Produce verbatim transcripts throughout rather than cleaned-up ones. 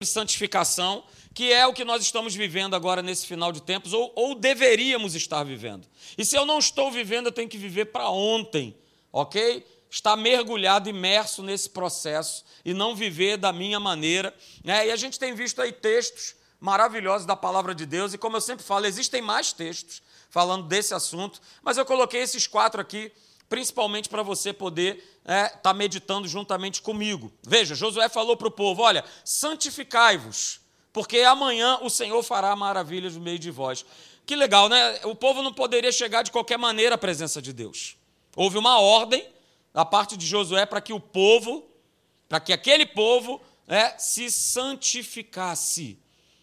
santificação, que é o que nós estamos vivendo agora nesse final de tempos, ou, ou deveríamos estar vivendo. E se eu não estou vivendo, eu tenho que viver para ontem, ok? Estar mergulhado, imerso nesse processo e não viver da minha maneira, né? E a gente tem visto aí textos maravilhosos da palavra de Deus, e como eu sempre falo, existem mais textos falando desse assunto, mas eu coloquei esses quatro aqui, principalmente para você poder estar é, tá meditando juntamente comigo. Veja, Josué falou para o povo, olha, santificai-vos, porque amanhã o Senhor fará maravilhas no meio de vós. Que legal, né? O povo não poderia chegar de qualquer maneira à presença de Deus. Houve uma ordem da parte de Josué para que o povo, para que aquele povo é, se santificasse.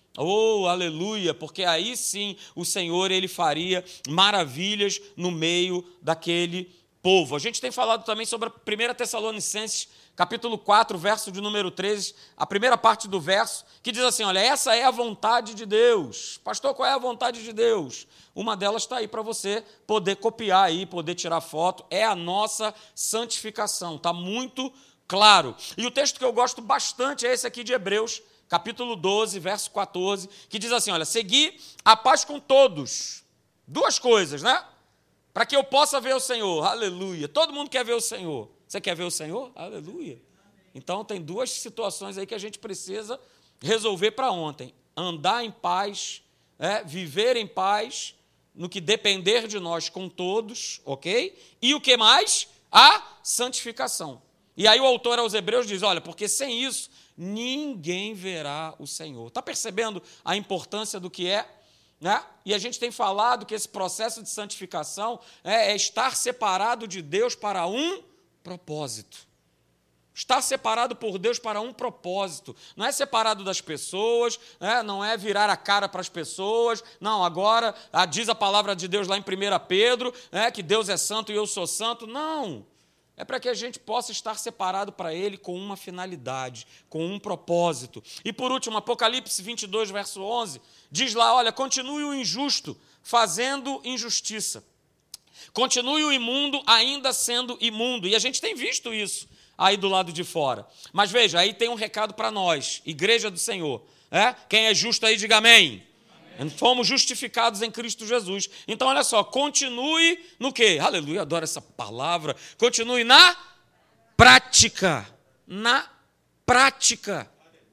Oh, aleluia, porque aí sim o Senhor ele faria maravilhas no meio daquele povo. A gente tem falado também sobre a primeira Tessalonicenses, capítulo quatro, verso de número treze, a primeira parte do verso, que diz assim, olha, essa é a vontade de Deus. Pastor, qual é a vontade de Deus? Uma delas está aí para você poder copiar aí, poder tirar foto, é a nossa santificação, está muito claro. E o texto que eu gosto bastante é esse aqui de Hebreus, capítulo doze, verso quatorze, que diz assim, olha, segui a paz com todos. Duas coisas, né? Para que eu possa ver o Senhor, aleluia. Todo mundo quer ver o Senhor. Você quer ver o Senhor? Aleluia. Então, tem duas situações aí que a gente precisa resolver para ontem. Andar em paz, é, viver em paz, no que depender de nós com todos, ok? E o que mais? A santificação. E aí o autor aos Hebreus diz, olha, porque sem isso, ninguém verá o Senhor. Está percebendo a importância do que é? Né? E a gente tem falado que esse processo de santificação é, é estar separado de Deus para um propósito. Estar separado por Deus para um propósito. Não é separado das pessoas, né? Não é virar a cara para as pessoas. Não, agora ah, diz a palavra de Deus lá em primeira Pedro, né, que Deus é santo e eu sou santo. Não. É para que a gente possa estar separado para Ele com uma finalidade, com um propósito. E por último, Apocalipse vinte e dois, verso onze, diz lá, olha, continue o injusto fazendo injustiça. Continue o imundo ainda sendo imundo. E a gente tem visto isso aí do lado de fora. Mas veja, aí tem um recado para nós, Igreja do Senhor. É? Quem é justo aí, diga amém. Fomos justificados em Cristo Jesus. Então, olha só, continue no quê? Aleluia, adoro essa palavra. Continue na prática. Na prática.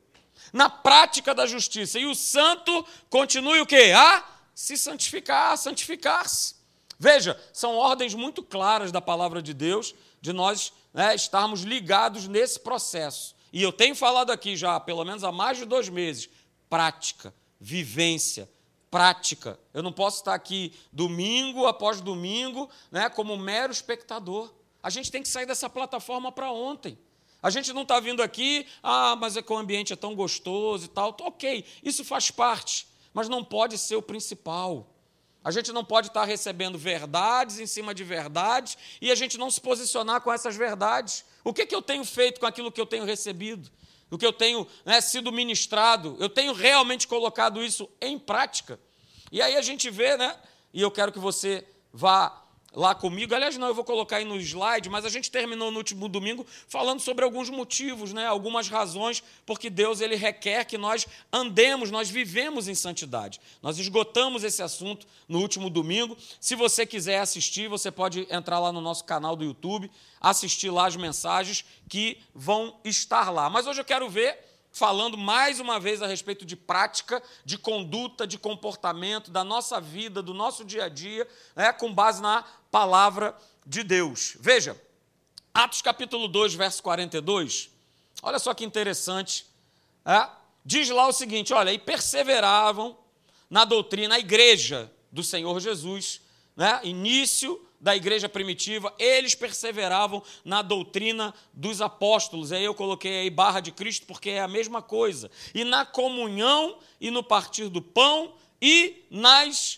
Na prática da justiça. E o santo continue o quê? A se santificar, a santificar-se. Veja, são ordens muito claras da palavra de Deus, de nós né, estarmos ligados nesse processo. E eu tenho falado aqui já, pelo menos há mais de dois meses, prática, vivência, prática. Eu não posso estar aqui domingo após domingo, né, como mero espectador. A gente tem que sair dessa plataforma para ontem. A gente não está vindo aqui, ah, mas é que o ambiente é tão gostoso e tal. Ok, isso faz parte, mas não pode ser o principal. A gente não pode estar recebendo verdades em cima de verdades e a gente não se posicionar com essas verdades. O que, que eu tenho feito com aquilo que eu tenho recebido? O que eu tenho né, sido ministrado? Eu tenho realmente colocado isso em prática? E aí a gente vê, né? E eu quero que você vá lá comigo. Aliás, não, eu vou colocar aí no slide, mas a gente terminou no último domingo falando sobre alguns motivos, né, algumas razões, porque Deus ele requer que nós andemos, nós vivemos em santidade. Nós esgotamos esse assunto no último domingo. Se você quiser assistir, você pode entrar lá no nosso canal do YouTube, assistir lá as mensagens que vão estar lá. Mas hoje eu quero ver, falando mais uma vez a respeito de prática, de conduta, de comportamento, da nossa vida, do nosso dia a dia, né, com base na palavra de Deus. Veja, Atos capítulo dois, verso quarenta e dois, olha só que interessante, é, diz lá o seguinte, olha, e perseveravam na doutrina, a igreja do Senhor Jesus, né, início da igreja primitiva, eles perseveravam na doutrina dos apóstolos. Aí eu coloquei aí barra de Cristo, porque é a mesma coisa. E na comunhão, e no partir do pão, e nas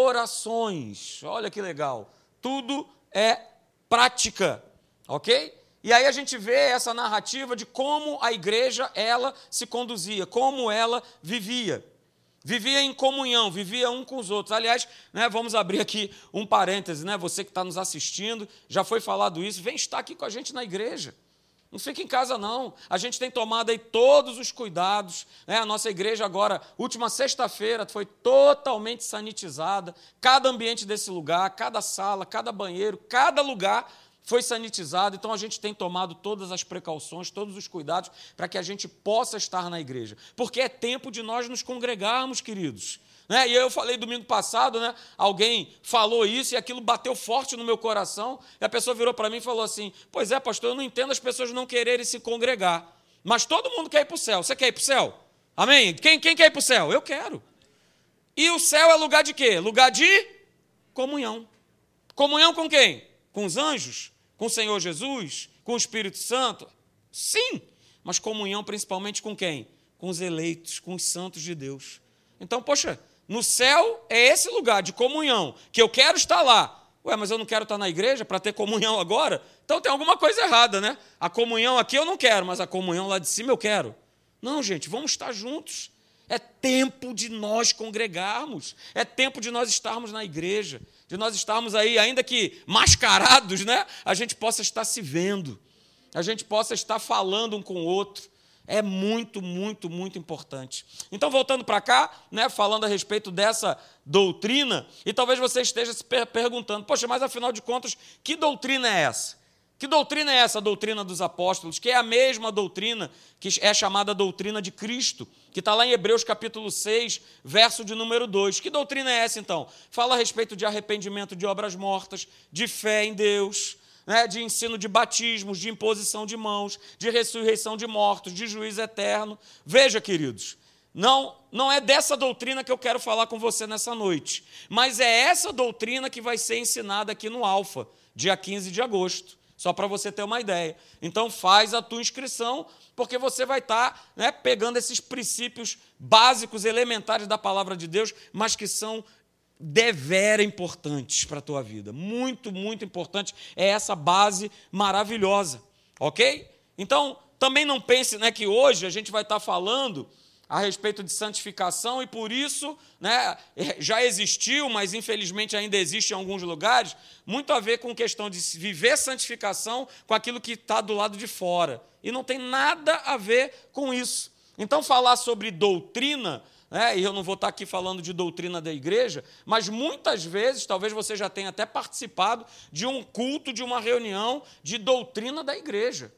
orações. Olha que legal. Tudo é prática, ok? E aí a gente vê essa narrativa de como a igreja, ela se conduzia, como ela vivia. Vivia em comunhão, vivia um com os outros. Aliás, né, vamos abrir aqui um parêntese, né? Você que está nos assistindo, já foi falado isso, vem estar aqui com a gente na igreja. Não fica em casa, não. A gente tem tomado aí todos os cuidados, né? A nossa igreja agora, última sexta-feira, foi totalmente sanitizada. Cada ambiente desse lugar, cada sala, cada banheiro, cada lugar foi sanitizado. Então, a gente tem tomado todas as precauções, todos os cuidados, para que a gente possa estar na igreja. Porque é tempo de nós nos congregarmos, queridos. Né? E eu falei domingo passado, né? Alguém falou isso e aquilo bateu forte no meu coração, e a pessoa virou para mim e falou assim, pois é, pastor, eu não entendo as pessoas não quererem se congregar, mas todo mundo quer ir para o céu. Você quer ir para o céu? Amém? Quem, quem quer ir para o céu? Eu quero. E o céu é lugar de quê? Lugar de comunhão. Comunhão com quem? Com os anjos? Com o Senhor Jesus? Com o Espírito Santo? Sim, mas comunhão principalmente com quem? Com os eleitos, com os santos de Deus. Então, poxa, no céu é esse lugar de comunhão, que eu quero estar lá. Ué, mas eu não quero estar na igreja para ter comunhão agora? Então tem alguma coisa errada, né? A comunhão aqui eu não quero, mas a comunhão lá de cima eu quero. Não, gente, vamos estar juntos. É tempo de nós congregarmos. É tempo de nós estarmos na igreja. De nós estarmos aí, ainda que mascarados, né? A gente possa estar se vendo. A gente possa estar falando um com o outro. É muito, muito, muito importante. Então, voltando para cá, né, falando a respeito dessa doutrina, e talvez você esteja se per- perguntando, poxa, mas afinal de contas, que doutrina é essa? Que doutrina é essa, a doutrina dos apóstolos, que é a mesma doutrina que é chamada doutrina de Cristo, que está lá em Hebreus capítulo seis, verso de número dois. Que doutrina é essa, então? Fala a respeito de arrependimento de obras mortas, de fé em Deus, né, de ensino de batismos, de imposição de mãos, de ressurreição de mortos, de juízo eterno. Veja, queridos, não, não é dessa doutrina que eu quero falar com você nessa noite, mas é essa doutrina que vai ser ensinada aqui no Alfa, dia quinze de agosto, só para você ter uma ideia. Então, faz a tua inscrição, porque você vai estar, né, pegando esses princípios básicos, elementares da palavra de Deus, mas que são devera importantes para a tua vida. Muito, muito importante é essa base maravilhosa, ok? Então, também não pense, né, que hoje a gente vai estar falando a respeito de santificação e por isso, né, já existiu, mas infelizmente ainda existe em alguns lugares, muito a ver com questão de viver santificação com aquilo que está do lado de fora. E não tem nada a ver com isso. Então, falar sobre doutrina, é, e eu não vou estar aqui falando de doutrina da igreja, mas muitas vezes, talvez você já tenha até participado de um culto, de uma reunião de doutrina da igreja.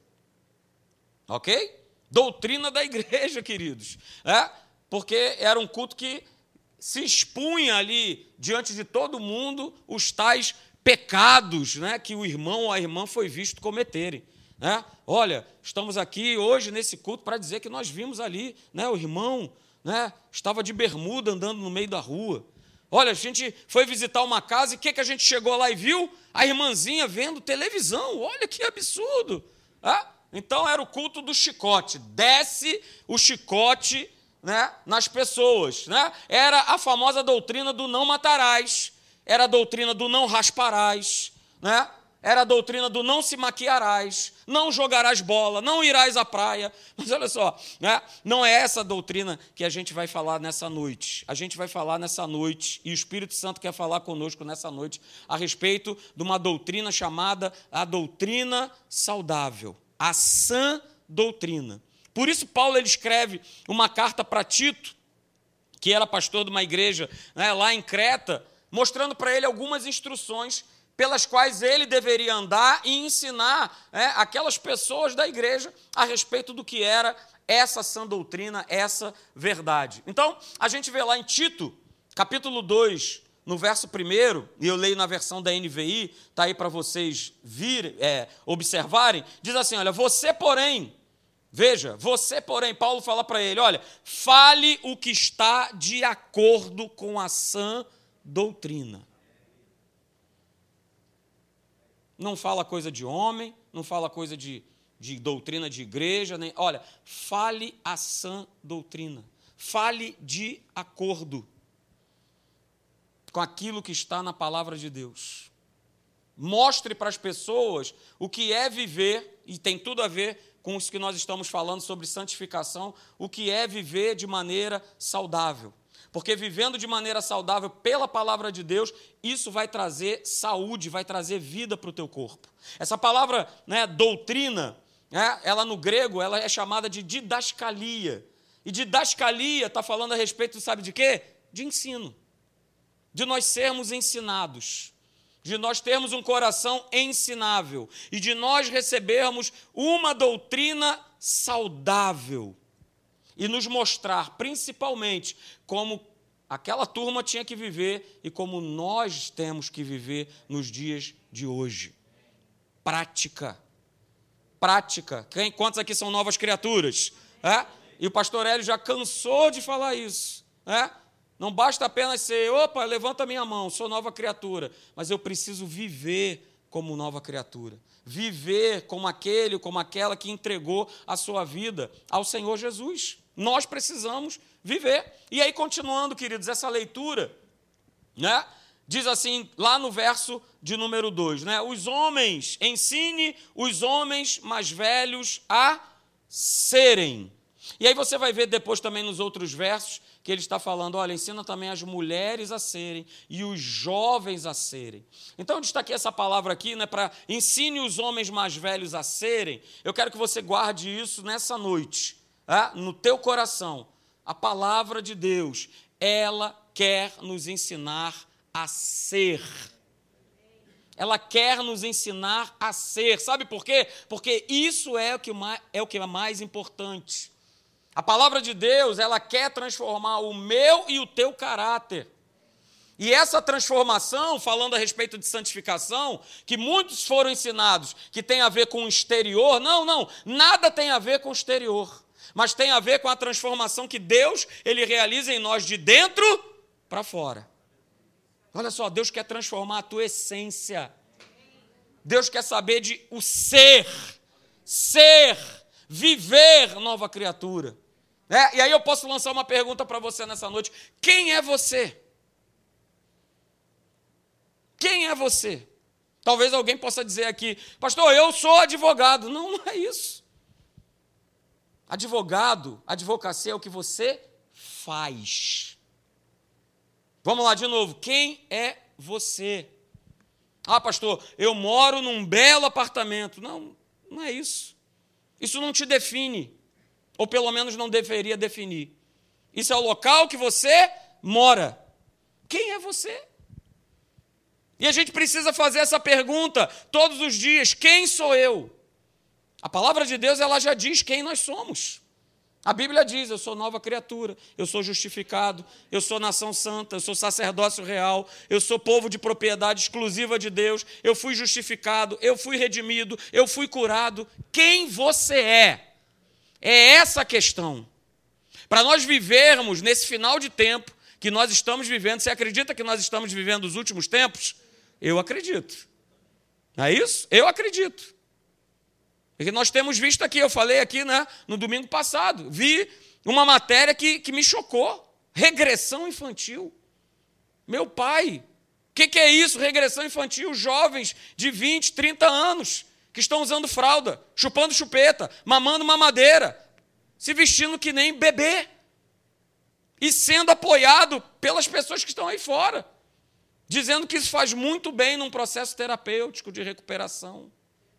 Ok? Doutrina da igreja, queridos. É, porque era um culto que se expunha ali diante de todo mundo os tais pecados, né, que o irmão ou a irmã foi visto cometerem. Né? Olha, estamos aqui hoje nesse culto para dizer que nós vimos ali, né, o irmão, né, estava de bermuda andando no meio da rua. Olha, a gente foi visitar uma casa e o que, que a gente chegou lá e viu? A irmãzinha vendo televisão. Olha que absurdo. Ah, então era o culto do chicote. Desce o chicote, né, nas pessoas. Né? Era a famosa doutrina do não matarás. Era a doutrina do não rasparás. Né? Era a doutrina do não se maquiarás, não jogarás bola, não irás à praia. Mas olha só, né? Não é essa a doutrina que a gente vai falar nessa noite. A gente vai falar nessa noite, e o Espírito Santo quer falar conosco nessa noite, a respeito de uma doutrina chamada a doutrina saudável, a sã doutrina. Por isso Paulo ele escreve uma carta para Tito, que era pastor de uma igreja, né, lá em Creta, mostrando para ele algumas instruções pelas quais ele deveria andar e ensinar, né, aquelas pessoas da igreja a respeito do que era essa sã doutrina, essa verdade. Então, a gente vê lá em Tito, capítulo dois, no verso primeiro, e eu leio na versão da N V I, está aí para vocês virem, é, observarem, diz assim, olha, você, porém, veja, você, porém, Paulo fala para ele, olha, fale o que está de acordo com a sã doutrina. Não fala coisa de homem, não fala coisa de, de doutrina de igreja, nem. Olha, fale a sã doutrina. Fale de acordo com aquilo que está na palavra de Deus. Mostre para as pessoas o que é viver, e tem tudo a ver com isso que nós estamos falando sobre santificação, o que é viver de maneira saudável. Porque vivendo de maneira saudável pela palavra de Deus, isso vai trazer saúde, vai trazer vida para o teu corpo. Essa palavra, né, doutrina, né? Ela no grego ela é chamada de didascalia. E didascalia está falando a respeito, sabe de quê? De ensino. De nós sermos ensinados. De nós termos um coração ensinável. E de nós recebermos uma doutrina saudável. E nos mostrar, principalmente, como aquela turma tinha que viver e como nós temos que viver nos dias de hoje. Prática. Prática. Quem, quantos aqui são novas criaturas? É? E o pastor Hélio já cansou de falar isso. É? Não basta apenas ser, opa, levanta a minha mão, sou nova criatura. Mas eu preciso viver como nova criatura. Viver como aquele, como aquela que entregou a sua vida ao Senhor Jesus. Nós precisamos viver. E aí, continuando, queridos, essa leitura, né, diz assim, lá no verso de número dois, né, os homens, ensine os homens mais velhos a serem. E aí você vai ver depois também nos outros versos, que ele está falando, olha, ensina também as mulheres a serem e os jovens a serem. Então, eu destaquei essa palavra aqui, né, para ensine os homens mais velhos a serem. Eu quero que você guarde isso nessa noite, é, no teu coração. A palavra de Deus, ela quer nos ensinar a ser. Ela quer nos ensinar a ser. Sabe por quê? Porque isso é o que mais, é o que é mais importante. A palavra de Deus, ela quer transformar o meu e o teu caráter. E essa transformação, falando a respeito de santificação, que muitos foram ensinados, que tem a ver com o exterior, não, não, nada tem a ver com o exterior, mas tem a ver com a transformação que Deus, ele realiza em nós de dentro para fora. Olha só, Deus quer transformar a tua essência. Deus quer saber de o ser, ser, viver nova criatura. É, e aí eu posso lançar uma pergunta para você nessa noite. Quem é você? Quem é você? Talvez alguém possa dizer aqui, pastor, eu sou advogado. Não, não é isso. Advogado, advocacia é o que você faz. Vamos lá de novo. Quem é você? Ah, pastor, eu moro num belo apartamento. Não, não é isso. Isso não te define. Ou pelo menos não deveria definir. Isso é o local que você mora. Quem é você? E a gente precisa fazer essa pergunta todos os dias. Quem sou eu? A palavra de Deus, ela já diz quem nós somos. A Bíblia diz, eu sou nova criatura, eu sou justificado, eu sou nação santa, eu sou sacerdócio real, eu sou povo de propriedade exclusiva de Deus, eu fui justificado, eu fui redimido, eu fui curado. Quem você é? É essa a questão. Para nós vivermos nesse final de tempo que nós estamos vivendo, você acredita que nós estamos vivendo os últimos tempos? Eu acredito. Não é isso? Eu acredito. Porque nós temos visto aqui, eu falei aqui, né, no domingo passado, vi uma matéria que, que me chocou. Regressão infantil. Meu pai, o que, que é isso? Regressão infantil, jovens de vinte, trinta anos, que estão usando fralda, chupando chupeta, mamando mamadeira, se vestindo que nem bebê e sendo apoiado pelas pessoas que estão aí fora, dizendo que isso faz muito bem num processo terapêutico de recuperação.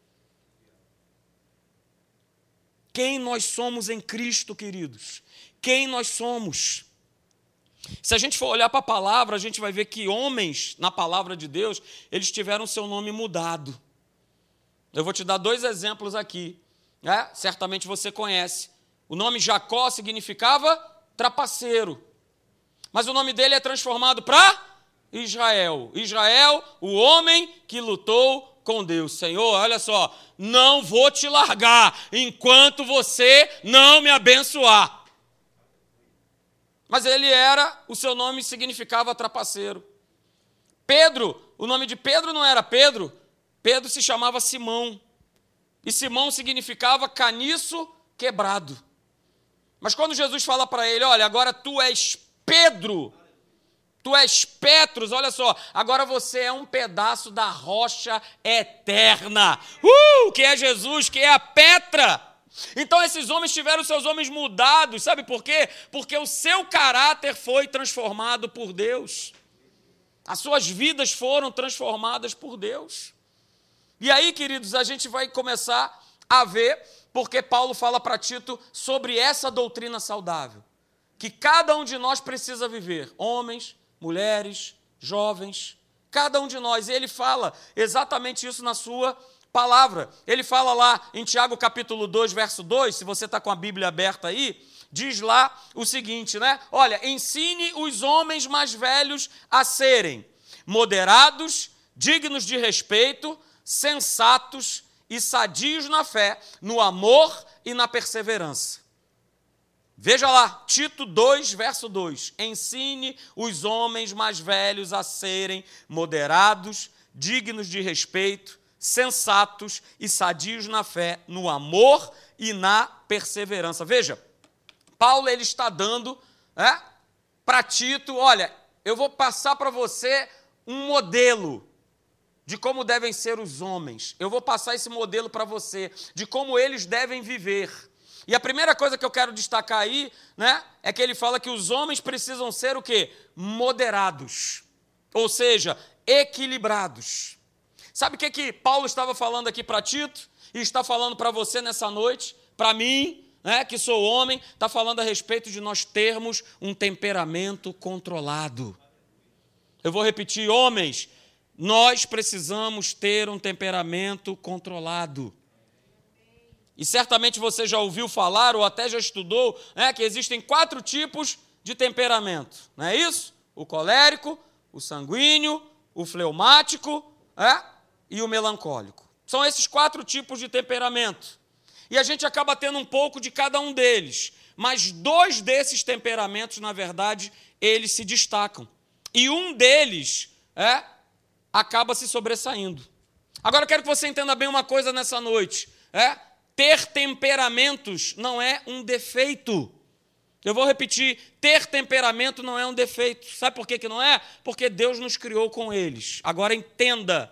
Quem nós somos em Cristo, queridos? Quem nós somos? Se a gente for olhar para a palavra, a gente vai ver que homens, na palavra de Deus, eles tiveram seu nome mudado. Eu vou te dar dois exemplos aqui. Né? Certamente você conhece. O nome Jacó significava trapaceiro. Mas o nome dele é transformado para Israel. Israel, o homem que lutou com Deus. Senhor, olha só, não vou te largar enquanto você não me abençoar. Mas ele era, o seu nome significava trapaceiro. Pedro, o nome de Pedro não era Pedro, Pedro se chamava Simão. E Simão significava caniço quebrado. Mas quando Jesus fala para ele, olha, agora tu és Pedro, tu és Petros, olha só, agora você é um pedaço da rocha eterna, uh, que é Jesus, que é a Petra. Então esses homens tiveram seus homens mudados, sabe por quê? Porque o seu caráter foi transformado por Deus. As suas vidas foram transformadas por Deus. E aí, queridos, a gente vai começar a ver porque Paulo fala para Tito sobre essa doutrina saudável, que cada um de nós precisa viver, homens, mulheres, jovens, cada um de nós. E ele fala exatamente isso na sua palavra. Ele fala lá em Tiago capítulo dois, verso dois, se você está com a Bíblia aberta aí, diz lá o seguinte, né? Olha, ensine os homens mais velhos a serem moderados, dignos de respeito, sensatos e sadios na fé, no amor e na perseverança. Veja lá, Tito dois, verso dois. Ensine os homens mais velhos a serem moderados, dignos de respeito, sensatos e sadios na fé, no amor e na perseverança. Veja, Paulo ele está dando é, para Tito, olha, eu vou passar para você um modelo de como devem ser os homens. Eu vou passar esse modelo para você, de como eles devem viver. E a primeira coisa que eu quero destacar aí, né, é que ele fala que os homens precisam ser o quê? Moderados. Ou seja, equilibrados. Sabe o que, que Paulo estava falando aqui para Tito? E está falando para você nessa noite? Para mim, né, que sou homem, está falando a respeito de nós termos um temperamento controlado. Eu vou repetir, homens, nós precisamos ter um temperamento controlado. E certamente você já ouviu falar, ou até já estudou, né, que existem quatro tipos de temperamento. Não é isso? O colérico, o sanguíneo, o fleumático é, e o melancólico. São esses quatro tipos de temperamento. E a gente acaba tendo um pouco de cada um deles. Mas dois desses temperamentos, na verdade, eles se destacam. E um deles é, acaba se sobressaindo. Agora eu quero que você entenda bem uma coisa nessa noite. É? Ter temperamentos não é um defeito. Eu vou repetir, ter temperamento não é um defeito. Sabe por que que não é? Porque Deus nos criou com eles. Agora entenda.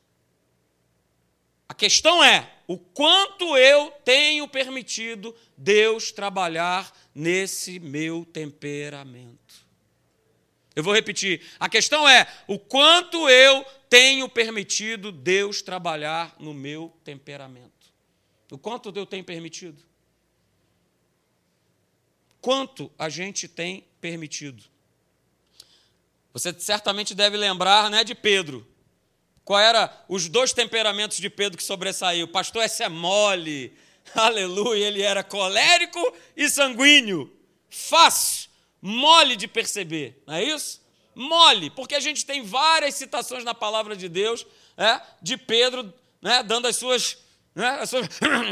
A questão é, o quanto eu tenho permitido Deus trabalhar nesse meu temperamento. Eu vou repetir, a questão é, o quanto eu tenho permitido Deus trabalhar no meu temperamento. O quanto eu tenho permitido? Quanto a gente tem permitido? Você certamente deve lembrar, né, de Pedro. Qual eram os dois temperamentos de Pedro que sobressaiu? Pastor, esse é mole. Aleluia, ele era colérico e sanguíneo. Fácil, mole de perceber, não é isso? Mole, porque a gente tem várias citações na palavra de Deus, é, de Pedro, né, dando as suas... Né, as suas...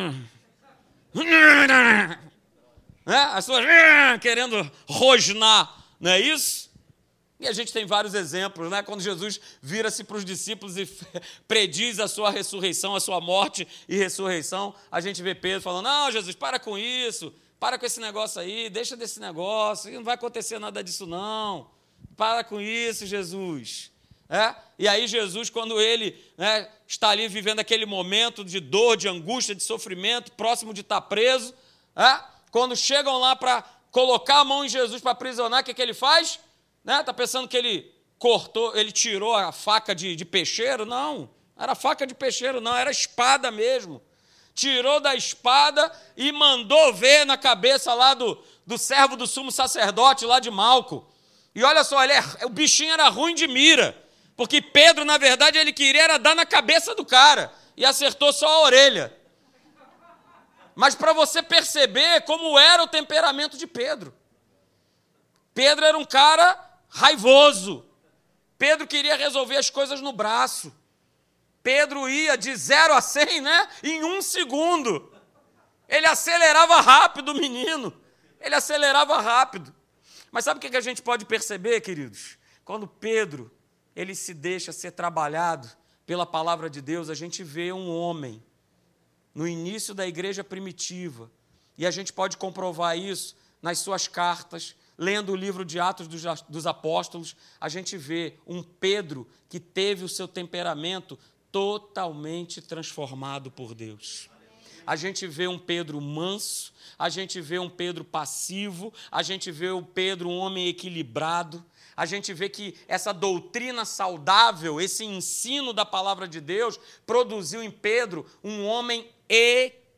né, as suas... querendo rosnar, não é isso? E a gente tem vários exemplos, né? Quando Jesus vira-se para os discípulos e prediz a sua ressurreição, a sua morte e ressurreição, a gente vê Pedro falando, não, Jesus, para com isso, para com esse negócio aí, deixa desse negócio, não vai acontecer nada disso não, para com isso, Jesus. É? E aí Jesus, quando ele, né, está ali vivendo aquele momento de dor, de angústia, de sofrimento, próximo de estar preso, é? Quando chegam lá para colocar a mão em Jesus para aprisionar, o que, que ele faz? Está né? pensando que ele cortou, ele tirou a faca de, de peixeiro? Não, era faca de peixeiro não, era espada mesmo. Tirou da espada e mandou ver na cabeça lá do, do servo do sumo sacerdote, lá de Malco. E olha só, ele é, o bichinho era ruim de mira, porque Pedro, na verdade, ele queria era dar na cabeça do cara, e acertou só a orelha. Mas para você perceber como era o temperamento de Pedro. Pedro era um cara raivoso. Pedro queria resolver as coisas no braço. Pedro ia de zero a cem, né, em um segundo. Ele acelerava rápido, o menino. Ele acelerava rápido. Mas sabe o que a gente pode perceber, queridos? Quando Pedro ele se deixa ser trabalhado pela palavra de Deus, a gente vê um homem no início da igreja primitiva. E a gente pode comprovar isso nas suas cartas, lendo o livro de Atos dos Apóstolos, a gente vê um Pedro que teve o seu temperamento totalmente transformado por Deus. A gente vê um Pedro manso, a gente vê um Pedro passivo, a gente vê o Pedro um homem equilibrado, a gente vê que essa doutrina saudável, esse ensino da palavra de Deus, produziu em Pedro um homem equilibrado.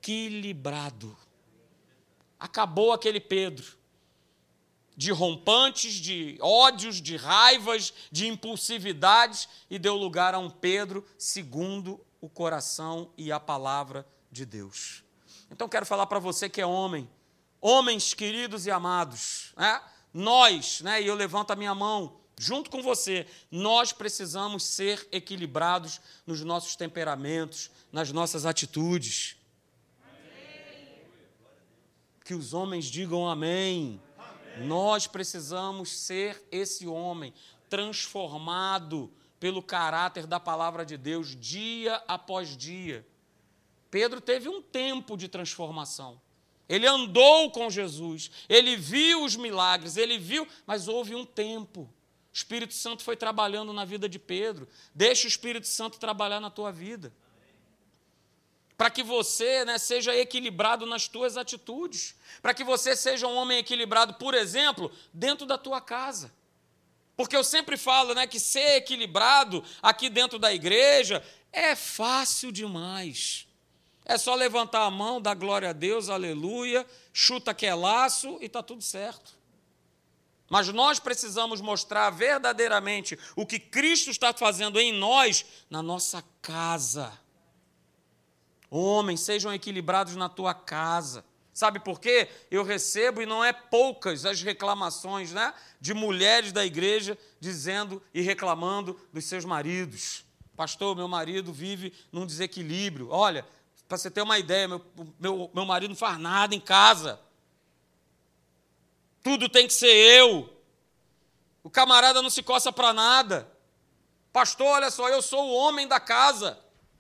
equilibrado. Acabou aquele Pedro de rompantes, de ódios, de raivas, de impulsividades, e deu lugar a um Pedro segundo o coração e a palavra de Deus. Então, quero falar para você que é homem, homens queridos e amados, né? Nós, né, e eu levanto a minha mão, junto com você, nós precisamos ser equilibrados nos nossos temperamentos, nas nossas atitudes. Amém. Que os homens digam amém. Amém. Nós precisamos ser esse homem transformado pelo caráter da palavra de Deus, dia após dia. Pedro teve um tempo de transformação. Ele andou com Jesus, ele viu os milagres, ele viu, mas houve um tempo. O Espírito Santo foi trabalhando na vida de Pedro. Deixa o Espírito Santo trabalhar na tua vida. Para que você, né, seja equilibrado nas tuas atitudes. Para que você seja um homem equilibrado, por exemplo, dentro da tua casa. Porque eu sempre falo, né, que ser equilibrado aqui dentro da igreja é fácil demais. É só levantar a mão, dar glória a Deus, aleluia, chuta que é laço e está tudo certo. Mas nós precisamos mostrar verdadeiramente o que Cristo está fazendo em nós, na nossa casa. Homens, sejam equilibrados na tua casa. Sabe por quê? Eu recebo, e não é poucas as reclamações, né, de mulheres da igreja dizendo e reclamando dos seus maridos. Pastor, meu marido vive num desequilíbrio. Olha, para você ter uma ideia, meu, meu, meu marido não faz nada em casa. Tudo tem que ser eu. O camarada não se coça para nada. Pastor, olha só, eu sou o homem da casa.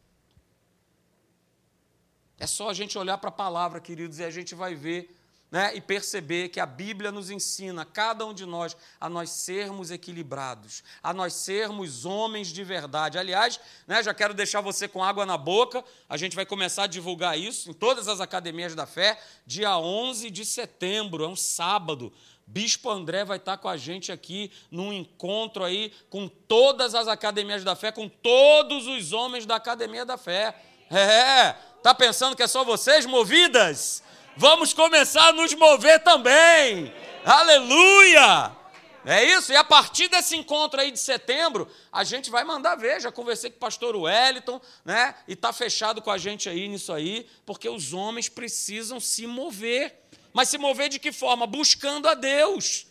É só a gente olhar para a palavra, queridos, e a gente vai ver, né, e perceber que a Bíblia nos ensina, cada um de nós, a nós sermos equilibrados, a nós sermos homens de verdade. Aliás, né, já quero deixar você com água na boca, a gente vai começar a divulgar isso em todas as academias da fé, dia onze de setembro, é um sábado. Bispo André vai estar com a gente aqui num encontro aí com todas as academias da fé, com todos os homens da academia da fé. É, tá pensando que é só vocês movidas? Vamos começar a nos mover também. Aleluia! É isso, e a partir desse encontro aí de setembro, a gente vai mandar ver. Já conversei com o pastor Wellington, né? E está fechado com a gente aí nisso aí, porque os homens precisam se mover. Mas se mover de que forma? Buscando a Deus.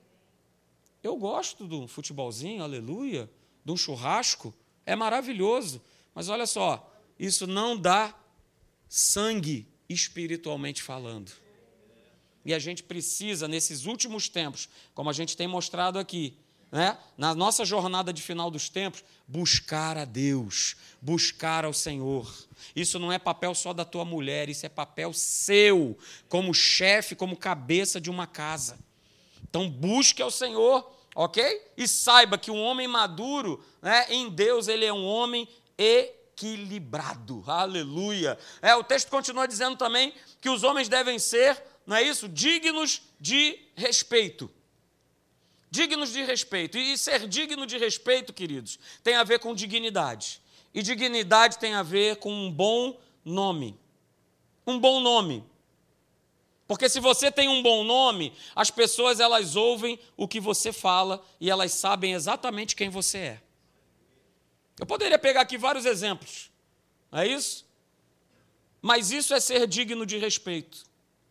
Eu gosto de um futebolzinho, aleluia, de um churrasco, é maravilhoso. Mas olha só, isso não dá sangue espiritualmente falando. E a gente precisa, nesses últimos tempos, como a gente tem mostrado aqui, né, na nossa jornada de final dos tempos, buscar a Deus, buscar ao Senhor. Isso não é papel só da tua mulher, isso é papel seu, como chefe, como cabeça de uma casa. Então, busque ao Senhor, ok? E saiba que um homem maduro, né, em Deus, ele é um homem equilibrado. Aleluia! É, o texto continua dizendo também que os homens devem ser, não é isso? Dignos de respeito. Dignos de respeito. E ser digno de respeito, queridos, tem a ver com dignidade. E dignidade tem a ver com um bom nome. Um bom nome. Porque se você tem um bom nome, as pessoas elas ouvem o que você fala e elas sabem exatamente quem você é. Eu poderia pegar aqui vários exemplos, não é isso? Mas isso é ser digno de respeito.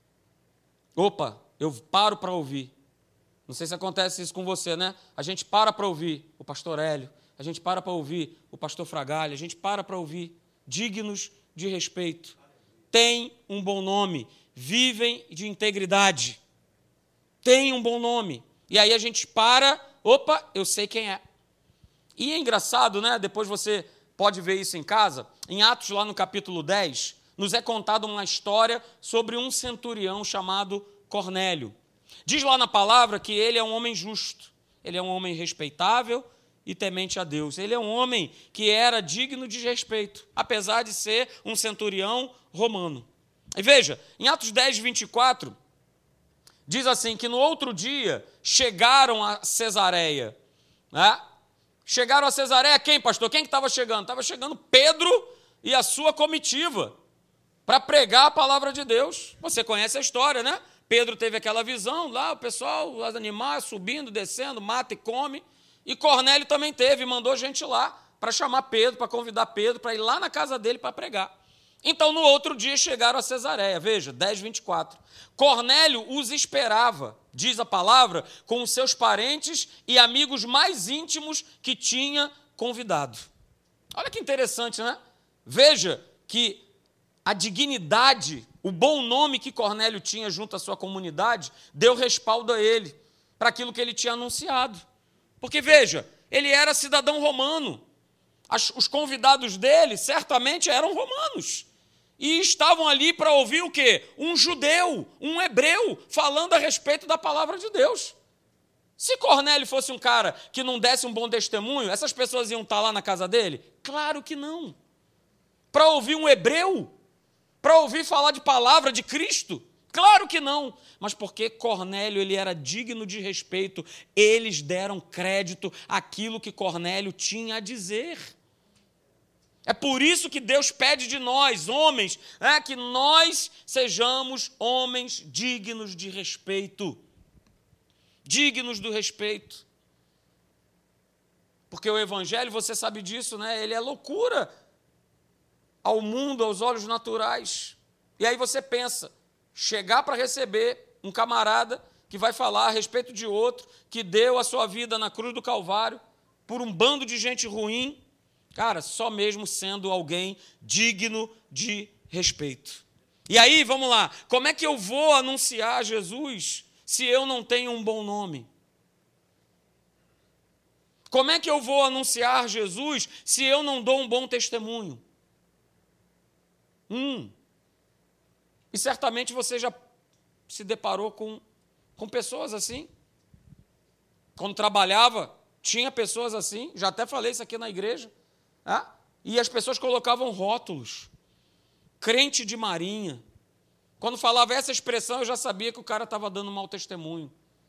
Opa, eu paro para ouvir. Não sei se acontece isso com você, né? A gente para para ouvir o pastor Hélio, a gente para para ouvir o pastor Fragalha, a gente para para ouvir dignos de respeito. Tem um bom nome, vivem de integridade. Tem um bom nome. E aí a gente para, opa, eu sei quem é. E é engraçado, né? Depois você pode ver isso em casa. Em Atos, lá no capítulo dez, nos é contada uma história sobre um centurião chamado Cornélio. Diz lá na palavra que ele é um homem justo, ele é um homem respeitável e temente a Deus. Ele é um homem que era digno de respeito, apesar de ser um centurião romano. E veja, em Atos dez, vinte e quatro, diz assim, que no outro dia chegaram a Cesareia, né? Chegaram a Cesareia quem, pastor? Quem que estava chegando? Estava chegando Pedro e a sua comitiva. para pregar a palavra de Deus. Você conhece a história, né? Pedro teve aquela visão lá, o pessoal, os animais subindo, descendo, mata e come. E Cornélio também teve, mandou gente lá para chamar Pedro, para convidar Pedro, para ir lá na casa dele para pregar. Então, no outro dia, chegaram a Cesareia. Veja, dez, vinte e quatro. Cornélio os esperava, diz a palavra, com os seus parentes e amigos mais íntimos que tinha convidado. Olha que interessante, né? Veja que a dignidade, o bom nome que Cornélio tinha junto à sua comunidade, deu respaldo a ele, para aquilo que ele tinha anunciado. Porque, veja, ele era cidadão romano. As, os convidados dele, certamente, eram romanos. E estavam ali para ouvir o quê? Um judeu, um hebreu, falando a respeito da palavra de Deus. Se Cornélio fosse um cara que não desse um bom testemunho, essas pessoas iam estar lá na casa dele? Claro que não. Para ouvir um hebreu? Para ouvir falar de palavra de Cristo? Claro que não. Mas porque Cornélio ele era digno de respeito, eles deram crédito àquilo que Cornélio tinha a dizer. É por isso que Deus pede de nós, homens, é, que nós sejamos homens dignos de respeito. Dignos do respeito. Porque o evangelho, você sabe disso, né? Ele é loucura ao mundo, aos olhos naturais. E aí você pensa, chegar para receber um camarada que vai falar a respeito de outro, que deu a sua vida na cruz do Calvário, por um bando de gente ruim, cara, só mesmo sendo alguém digno de respeito. E aí, vamos lá, como é que eu vou anunciar Jesus se eu não tenho um bom nome? Como é que eu vou anunciar Jesus se eu não dou um bom testemunho? Hum. E certamente você já se deparou com, com pessoas assim. Quando trabalhava, tinha pessoas assim, já até falei isso aqui na igreja. Ah, e as pessoas colocavam rótulos. Crente de marinha. Quando falava essa expressão, eu já sabia que o cara estava dando mau testemunho.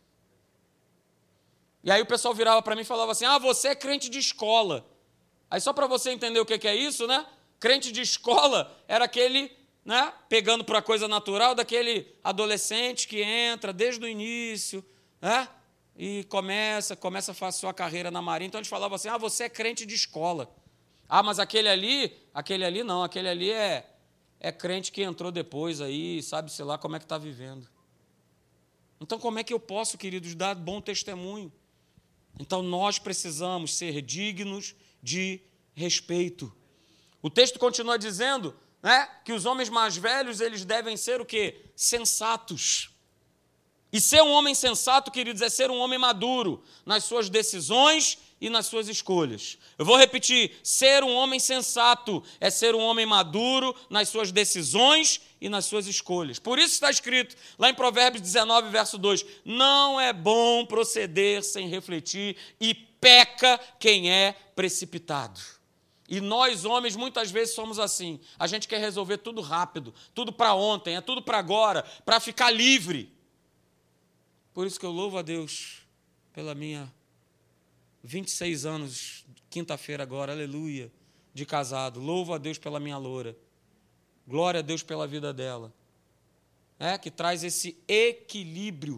E aí o pessoal virava para mim e falava assim, ah, você é crente de escola. Aí só para você entender o que é isso, né? Crente de escola era aquele, né, pegando para a coisa natural, daquele adolescente que entra desde o início, né, e começa, começa a fazer sua carreira na marinha. Então eles falavam assim, ah, você é crente de escola. Ah, mas aquele ali, aquele ali não, aquele ali é, é crente que entrou depois aí, sabe, sei lá como é que está vivendo. Então como é que eu posso, queridos, dar bom testemunho? Então nós precisamos ser dignos de respeito. O texto continua dizendo, né, que os homens mais velhos eles devem ser o quê? Sensatos. E ser um homem sensato, queridos, é ser um homem maduro nas suas decisões e nas suas escolhas. Eu vou repetir, ser um homem sensato é ser um homem maduro nas suas decisões e nas suas escolhas. Por isso está escrito lá em Provérbios dezenove, verso dois, não é bom proceder sem refletir e peca quem é precipitado. E nós, homens, muitas vezes somos assim. A gente quer resolver tudo rápido, tudo para ontem, é tudo para agora, para ficar livre. Por isso que eu louvo a Deus pela minha vinte e seis anos, quinta-feira agora, aleluia, de casado. Louvo a Deus pela minha loura. Glória a Deus pela vida dela. É, que traz esse equilíbrio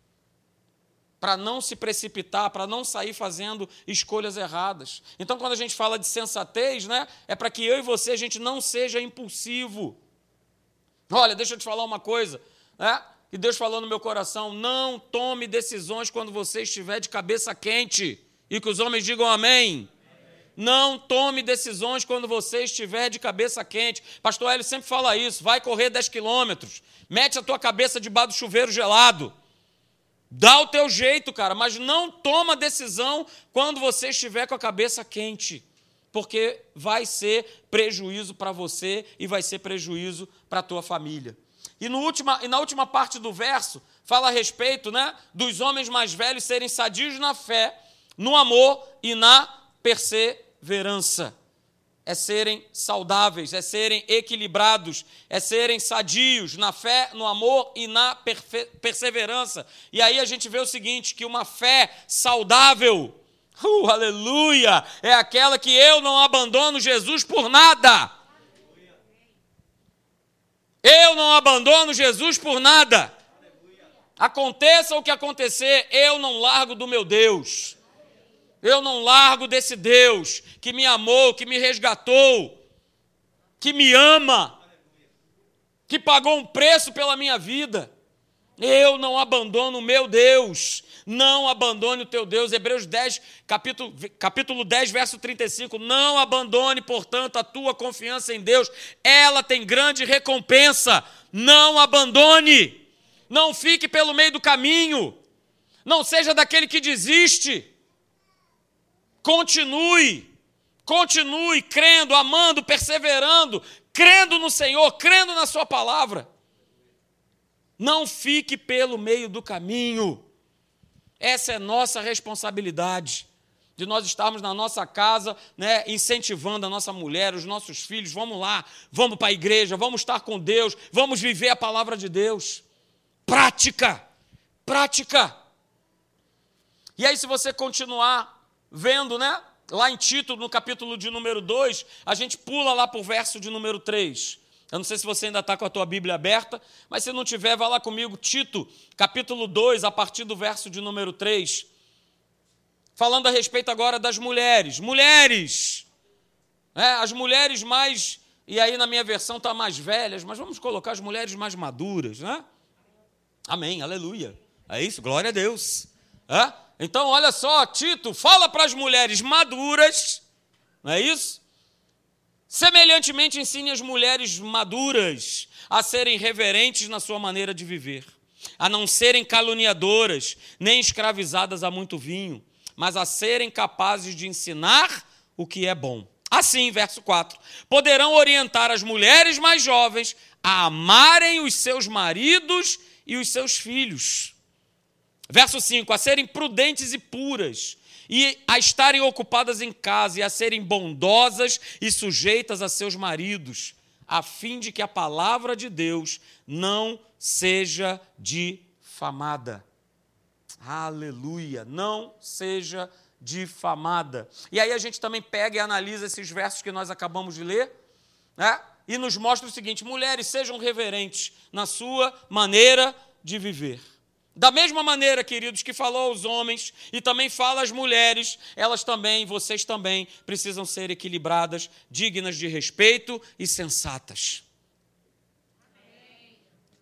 para não se precipitar, para não sair fazendo escolhas erradas. Então, quando a gente fala de sensatez, né, é para que eu e você, a gente não seja impulsivo. Olha, deixa eu te falar uma coisa, né, que Deus falou no meu coração, não tome decisões quando você estiver de cabeça quente, e que os homens digam amém. Não tome decisões quando você estiver de cabeça quente. Pastor Hélio sempre fala isso, vai correr dez quilômetros, mete a tua cabeça debaixo do chuveiro gelado. Dá o teu jeito, cara, mas não toma decisão quando você estiver com a cabeça quente, porque vai ser prejuízo para você e vai ser prejuízo para a tua família. E, no última, e na última parte do verso, fala a respeito, né, dos homens mais velhos serem sadios na fé, no amor e na perseverança. É serem saudáveis, é serem equilibrados, é serem sadios na fé, no amor e na perseverança. E aí a gente vê o seguinte, que uma fé saudável, uh, aleluia, é aquela que eu não abandono Jesus por nada. Eu não abandono Jesus por nada. Aconteça o que acontecer, eu não largo do meu Deus. Eu não largo desse Deus que me amou, que me resgatou, que me ama, que pagou um preço pela minha vida. Eu não abandono o meu Deus. Não abandone o teu Deus. Hebreus dez, capítulo, capítulo dez, verso trinta e cinco. Não abandone, portanto, a tua confiança em Deus. Ela tem grande recompensa. Não abandone. Não fique pelo meio do caminho. Não seja daquele que desiste. Continue. Continue crendo, amando, perseverando, crendo no Senhor, crendo na sua palavra. Não fique pelo meio do caminho. Essa é nossa responsabilidade, de nós estarmos na nossa casa, né, incentivando a nossa mulher, os nossos filhos, vamos lá, vamos para a igreja, vamos estar com Deus, vamos viver a palavra de Deus. Prática, prática. E aí, se você continuar vendo, né, lá em Tito, no capítulo de número dois, a gente pula lá para o verso de número três. Eu não sei se você ainda está com a tua Bíblia aberta, mas se não tiver, vá lá comigo, Tito, capítulo dois, a partir do verso de número três. Falando a respeito agora das mulheres. Mulheres! É, as mulheres mais, e aí na minha versão está mais velhas, mas vamos colocar as mulheres mais maduras, né? Amém, aleluia. É isso, glória a Deus. É? Então, olha só, Tito, fala para as mulheres maduras, não é isso? Semelhantemente, ensine as mulheres maduras a serem reverentes na sua maneira de viver, a não serem caluniadoras, nem escravizadas a muito vinho, mas a serem capazes de ensinar o que é bom. Assim, verso quatro, poderão orientar as mulheres mais jovens a amarem os seus maridos e os seus filhos. Verso cinco, a serem prudentes e puras, e a estarem ocupadas em casa, e a serem bondosas e sujeitas a seus maridos, a fim de que a palavra de Deus não seja difamada. Aleluia! Não seja difamada. E aí a gente também pega e analisa esses versos que nós acabamos de ler, né? E nos mostra o seguinte: mulheres, sejam reverentes na sua maneira de viver. Da mesma maneira, queridos, que falou aos homens e também fala às mulheres, elas também, vocês também, precisam ser equilibradas, dignas de respeito e sensatas. Amém.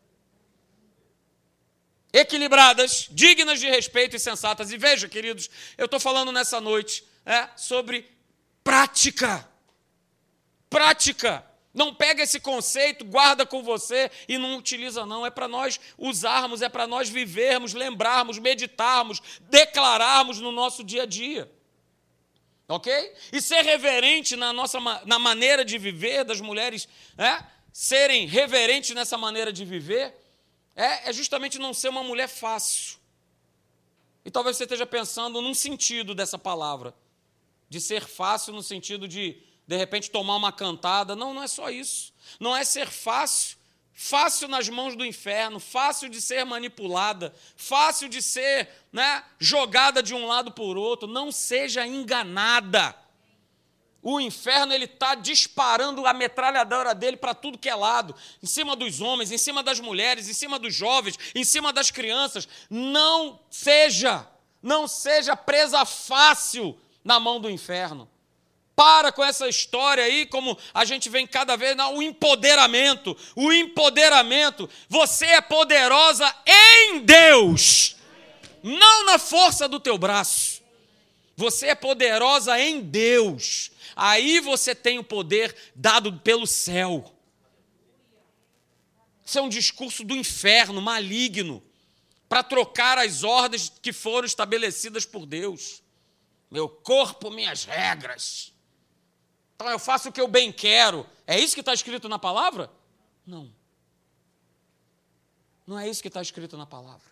Equilibradas, dignas de respeito e sensatas. E veja, queridos, eu estou falando nessa noite é, sobre prática. Prática. Não pega esse conceito, guarda com você e não utiliza não. É para nós usarmos, é para nós vivermos, lembrarmos, meditarmos, declararmos no nosso dia a dia. Ok? E ser reverente na, nossa, na maneira de viver das mulheres, é? Serem reverentes nessa maneira de viver, é, é justamente não ser uma mulher fácil. E talvez você esteja pensando num sentido dessa palavra, de ser fácil no sentido de de repente tomar uma cantada. Não, não é só isso. Não é ser fácil, fácil nas mãos do inferno, fácil de ser manipulada, fácil de ser, né, jogada de um lado por outro. Não seja enganada. O inferno ele está disparando a metralhadora dele para tudo que é lado, em cima dos homens, em cima das mulheres, em cima dos jovens, em cima das crianças. Não seja, não seja presa fácil na mão do inferno. Para com essa história aí, como a gente vem cada vez, não, o empoderamento, o empoderamento. Você é poderosa em Deus, não na força do teu braço. Você é poderosa em Deus. Aí você tem o poder dado pelo céu. Isso é um discurso do inferno, maligno, para trocar as ordens que foram estabelecidas por Deus. Meu corpo, minhas regras. Então eu faço o que eu bem quero. É isso que está escrito na palavra? Não. Não é isso que está escrito na palavra.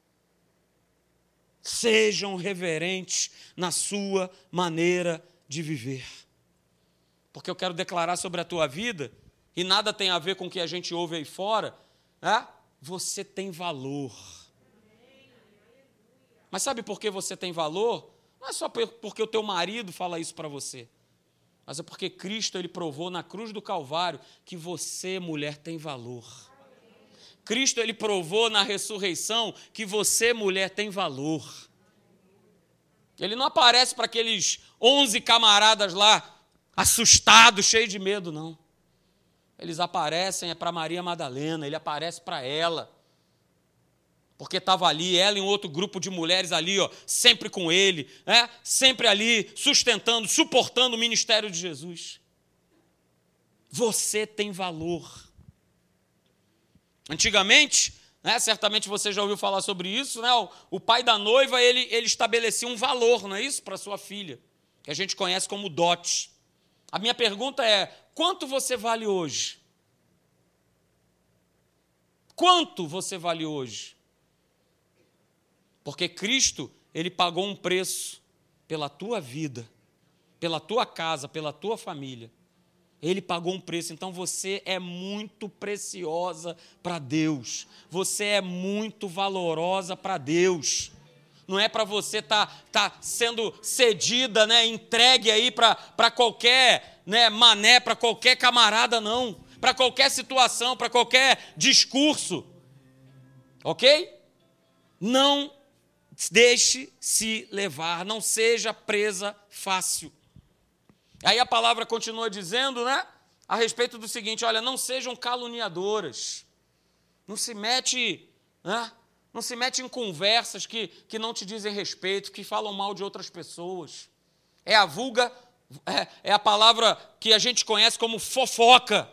Sejam reverentes na sua maneira de viver. Porque eu quero declarar sobre a tua vida, e nada tem a ver com o que a gente ouve aí fora, né? Você tem valor. Mas sabe por que você tem valor? Não é só porque o teu marido fala isso para você. mas é porque Cristo ele provou na cruz do Calvário que você, mulher, tem valor. Cristo ele provou na ressurreição que você, mulher, tem valor. Ele não aparece para aqueles onze camaradas lá, assustados, cheios de medo, não. Eles aparecem é para Maria Madalena, ele aparece para ela. Porque estava ali, ela e um outro grupo de mulheres ali, ó, sempre com ele, né? Sempre ali, sustentando, suportando o ministério de Jesus. Você tem valor. Antigamente, né, certamente você já ouviu falar sobre isso, né? O, o pai da noiva, ele, ele estabelecia um valor, não é isso? Para sua filha, que a gente conhece como dote. A minha pergunta é, quanto você vale hoje? Quanto você vale hoje? Porque Cristo, ele pagou um preço pela tua vida, pela tua casa, pela tua família. Ele pagou um preço, então você é muito preciosa para Deus. Você é muito valorosa para Deus. Não é para você estar tá, tá sendo cedida, né, entregue aí para qualquer, né, mané, para qualquer camarada, não. Para qualquer situação, para qualquer discurso. Ok? Não deixe se levar, não seja presa fácil. Aí a palavra continua dizendo, né, a respeito do seguinte, olha, não sejam caluniadoras, não se mete, né, não se mete em conversas que, que não te dizem respeito, que falam mal de outras pessoas. É a vulga, é, é a palavra que a gente conhece como fofoca.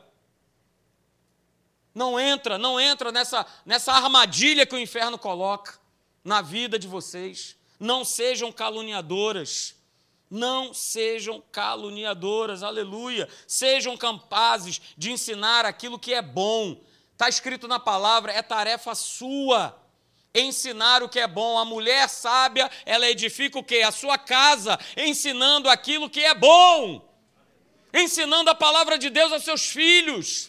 Não entra, não entra nessa, nessa armadilha que o inferno coloca na vida de vocês. Não sejam caluniadoras. Não sejam caluniadoras, aleluia. Sejam capazes de ensinar aquilo que é bom. Está escrito na palavra, é tarefa sua ensinar o que é bom. A mulher sábia, ela edifica o quê? A sua casa, ensinando aquilo que é bom. Ensinando a palavra de Deus aos seus filhos.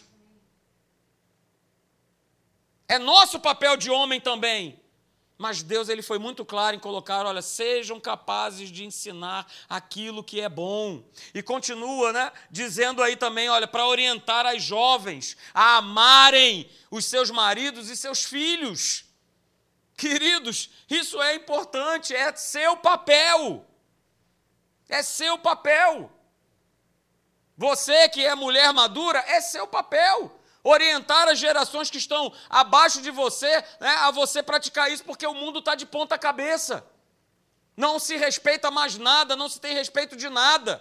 É nosso papel de homem também. Mas Deus ele foi muito claro em colocar, olha, sejam capazes de ensinar aquilo que é bom. E continua, né, dizendo aí também, olha, para orientar as jovens a amarem os seus maridos e seus filhos. Queridos, isso é importante, é seu papel. É seu papel. Você que é mulher madura, é seu papel. Orientar as gerações que estão abaixo de você, né, a você praticar isso, porque o mundo está de ponta cabeça. Não se respeita mais nada, não se tem respeito de nada.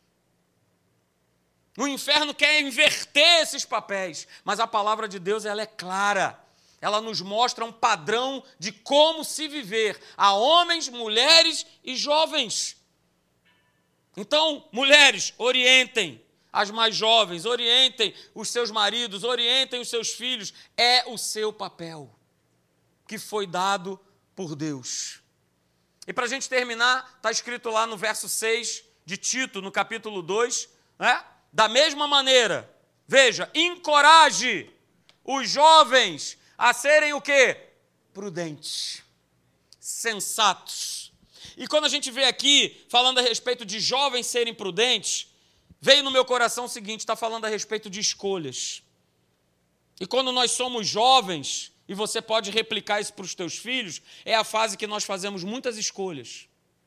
O inferno quer inverter esses papéis, mas a palavra de Deus ela é clara. Ela nos mostra um padrão de como se viver a homens, mulheres e jovens. Então, mulheres, orientem. As mais jovens, orientem os seus maridos, orientem os seus filhos. É o seu papel que foi dado por Deus. E para a gente terminar, está escrito lá no verso seis de Tito, no capítulo dois, né? Da mesma maneira, veja, encoraje os jovens a serem o quê? Prudentes, sensatos. E quando a gente vê aqui, falando a respeito de jovens serem prudentes, veio no meu coração o seguinte, está falando a respeito de escolhas. E quando nós somos jovens, e você pode replicar isso para os teus filhos, é a fase que nós fazemos muitas escolhas.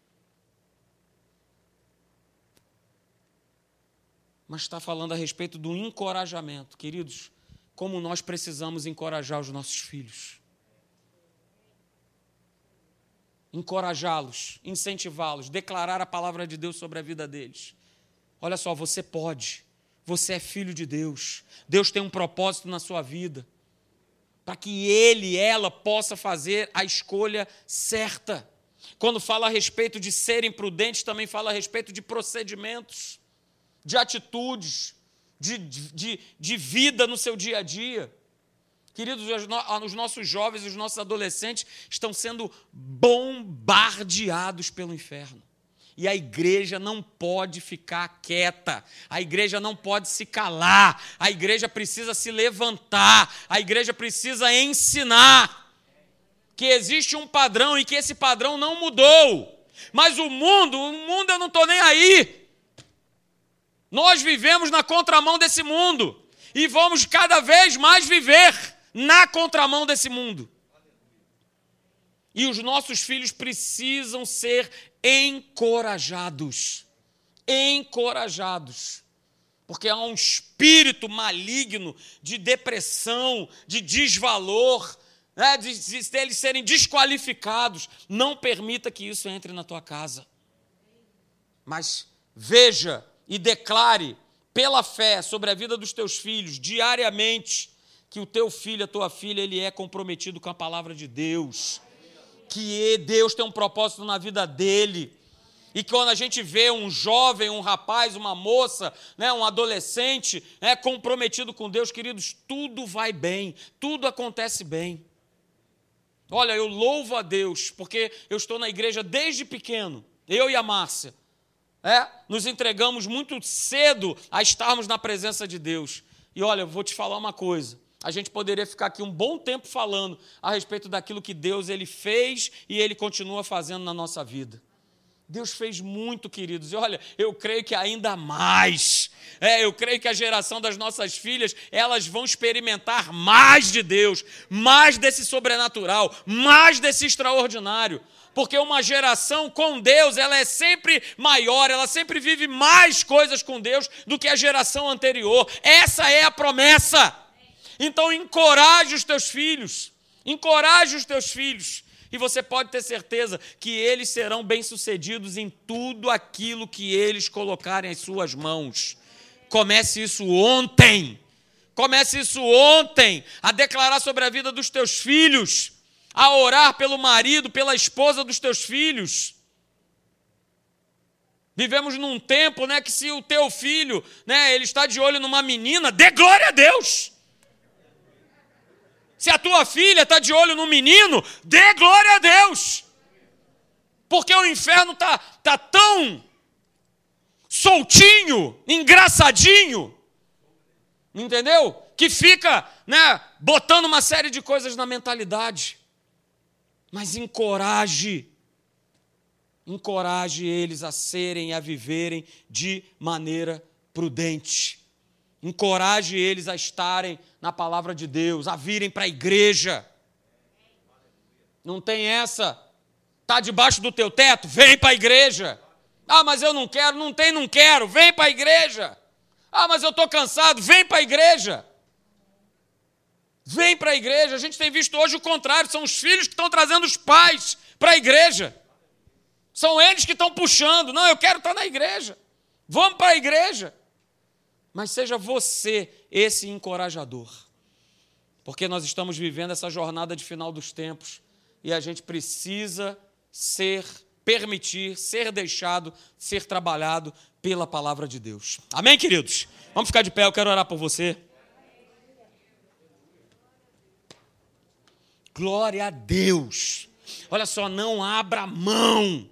Mas está falando a respeito do encorajamento. Queridos, como nós precisamos encorajar os nossos filhos. Encorajá-los, incentivá-los, declarar a palavra de Deus sobre a vida deles. Olha só, você pode, você é filho de Deus, Deus tem um propósito na sua vida, para que ele, ela, possa fazer a escolha certa. Quando fala a respeito de serem prudentes, também fala a respeito de procedimentos, de atitudes, de, de, de vida no seu dia a dia. Queridos, os nossos jovens, os nossos adolescentes estão sendo bombardeados pelo inferno. E a igreja não pode ficar quieta, a igreja não pode se calar, a igreja precisa se levantar, a igreja precisa ensinar que existe um padrão e que esse padrão não mudou. Mas o mundo, o mundo eu não estou nem aí. Nós vivemos na contramão desse mundo e vamos cada vez mais viver na contramão desse mundo. E os nossos filhos precisam ser encorajados. Encorajados. Porque há um espírito maligno de depressão, de desvalor, né, de, de eles serem desqualificados. Não permita que isso entre na tua casa. Mas veja e declare pela fé sobre a vida dos teus filhos, diariamente, que o teu filho, a tua filha, ele é comprometido com a palavra de Deus. Que Deus tem um propósito na vida dele. E que quando a gente vê um jovem, um rapaz, uma moça, né, um adolescente, né, comprometido com Deus, queridos, tudo vai bem, tudo acontece bem. Olha, eu louvo a Deus, porque eu estou na igreja desde pequeno, eu e a Márcia. É, nos entregamos muito cedo a estarmos na presença de Deus. E olha, eu vou te falar uma coisa. A gente poderia ficar aqui um bom tempo falando a respeito daquilo que Deus ele fez e Ele continua fazendo na nossa vida. Deus fez muito, queridos. E olha, eu creio que ainda mais. É, eu creio que a geração das nossas filhas, elas vão experimentar mais de Deus, mais desse sobrenatural, mais desse extraordinário. Porque uma geração com Deus, ela é sempre maior, ela sempre vive mais coisas com Deus do que a geração anterior. Essa é a promessa. Então, encoraje os teus filhos, encoraje os teus filhos, e você pode ter certeza que eles serão bem-sucedidos em tudo aquilo que eles colocarem às suas mãos. Comece isso ontem, comece isso ontem, a declarar sobre a vida dos teus filhos, a orar pelo marido, pela esposa dos teus filhos. Vivemos num tempo, né, que se o teu filho, né, ele está de olho numa menina, dê glória a Deus. Se a tua filha está de olho no menino, dê glória a Deus. Porque o inferno está tá tão soltinho, engraçadinho, entendeu? Que fica, né, botando uma série de coisas na mentalidade. Mas encoraje, encoraje eles a serem e a viverem de maneira prudente. Encoraje eles a estarem na palavra de Deus, a virem para a igreja. Não tem essa. Está debaixo do teu teto? Vem para a igreja. Ah, mas eu não quero. Não tem, não quero. Vem para a igreja. Ah, mas eu estou cansado. Vem para a igreja. Vem para a igreja. A gente tem visto hoje o contrário. São os filhos que estão trazendo os pais para a igreja. São eles que estão puxando. Não, eu quero estar na igreja. Vamos para a igreja. Mas seja você esse encorajador. Porque nós estamos vivendo essa jornada de final dos tempos e a gente precisa ser, permitir, ser deixado, ser trabalhado pela palavra de Deus. Amém, queridos? Vamos ficar de pé, eu quero orar por você. Glória a Deus. Olha só, não abra mão.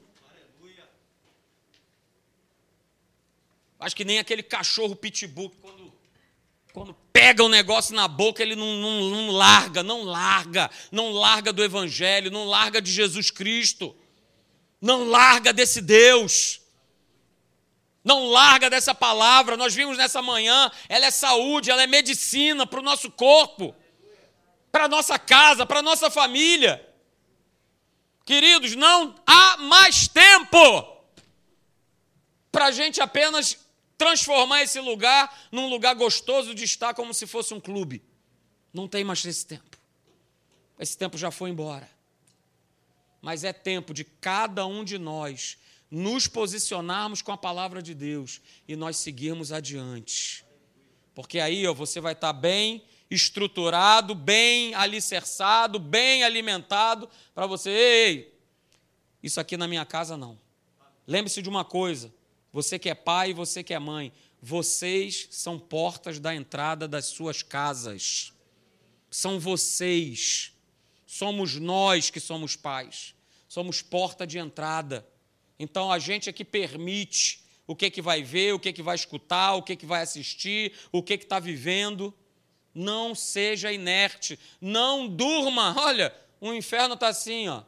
Acho que nem aquele cachorro pitbull, que quando, quando pega o um negócio na boca, ele não, não, não larga, não larga, não larga do Evangelho, não larga de Jesus Cristo, não larga desse Deus, não larga dessa palavra. Nós vimos nessa manhã, ela é saúde, ela é medicina para o nosso corpo, para a nossa casa, para a nossa família. Queridos, não há mais tempo para a gente apenas transformar esse lugar num lugar gostoso de estar como se fosse um clube. Não tem mais esse tempo. Esse tempo já foi embora. Mas é tempo de cada um de nós nos posicionarmos com a palavra de Deus e nós seguirmos adiante. Porque aí ó, você vai estar bem estruturado, bem alicerçado, bem alimentado, para você, ei, isso aqui na minha casa não. Lembre-se de uma coisa, você que é pai e você que é mãe, vocês são portas da entrada das suas casas. São vocês. Somos nós que somos pais. Somos porta de entrada. Então, a gente é que permite o que, que vai ver, o que, que vai escutar, o que, que vai assistir, o que está vivendo. Não seja inerte. Não durma. Olha, o inferno está assim, ó.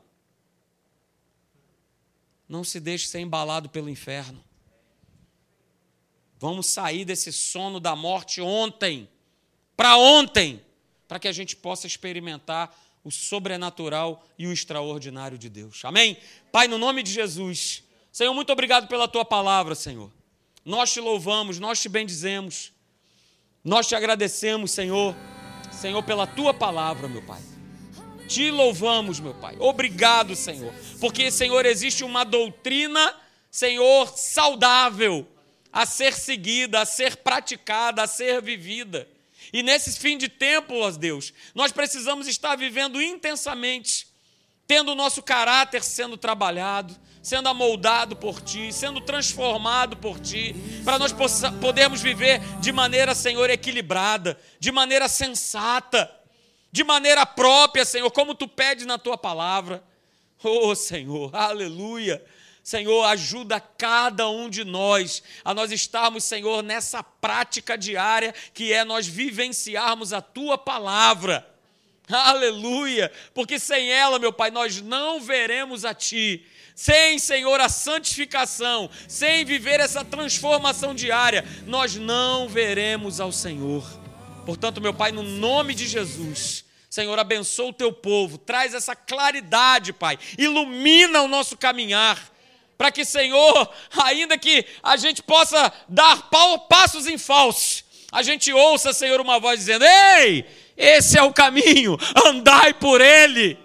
Não se deixe ser embalado pelo inferno. Vamos sair desse sono da morte ontem, para ontem, para que a gente possa experimentar o sobrenatural e o extraordinário de Deus. Amém? Pai, no nome de Jesus, Senhor, muito obrigado pela Tua palavra, Senhor. Nós te louvamos, nós te bendizemos, nós te agradecemos, Senhor, Senhor, pela Tua palavra, meu Pai. Te louvamos, meu Pai. Obrigado, Senhor, porque, Senhor, existe uma doutrina, Senhor, saudável, a ser seguida, a ser praticada, a ser vivida. E nesse fim de tempo, ó Deus, nós precisamos estar vivendo intensamente, tendo o nosso caráter sendo trabalhado, sendo amoldado por Ti, sendo transformado por Ti, para nós possa, podermos viver de maneira, Senhor, equilibrada, de maneira sensata, de maneira própria, Senhor, como Tu pedes na Tua palavra. Oh, Senhor, aleluia. Senhor, ajuda cada um de nós a nós estarmos, Senhor, nessa prática diária que é nós vivenciarmos a Tua palavra. Aleluia! Porque sem ela, meu Pai, nós não veremos a Ti. Sem, Senhor, a santificação, sem viver essa transformação diária, nós não veremos ao Senhor. Portanto, meu Pai, no nome de Jesus, Senhor, abençoa o Teu povo, traz essa claridade, Pai, ilumina o nosso caminhar, para que, Senhor, ainda que a gente possa dar passos em falso, a gente ouça, Senhor, uma voz dizendo: ei, esse é o caminho, andai por ele.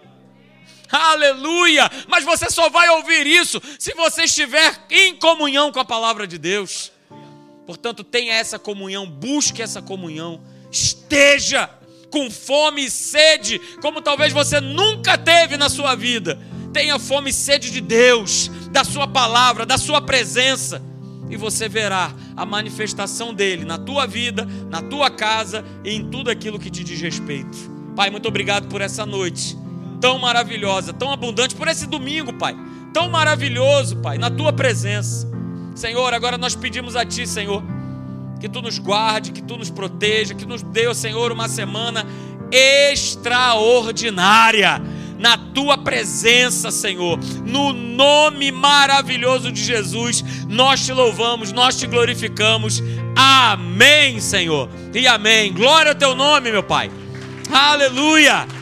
Aleluia! Mas você só vai ouvir isso se você estiver em comunhão com a palavra de Deus. Portanto, tenha essa comunhão, busque essa comunhão, esteja com fome e sede, como talvez você nunca teve na sua vida. Tenha fome e sede de Deus, da sua palavra, da sua presença, e você verá a manifestação dele na tua vida, na tua casa e em tudo aquilo que te diz respeito. Pai, muito obrigado por essa noite tão maravilhosa, tão abundante, por esse domingo, Pai, tão maravilhoso, Pai, na tua presença. Senhor, agora nós pedimos a Ti, Senhor, que Tu nos guarde, que Tu nos proteja, que nos dê, Senhor, uma semana extraordinária na Tua presença, Senhor. No nome maravilhoso de Jesus, nós Te louvamos, nós Te glorificamos. Amém, Senhor, e amém. Glória ao Teu nome, meu Pai. Aleluia.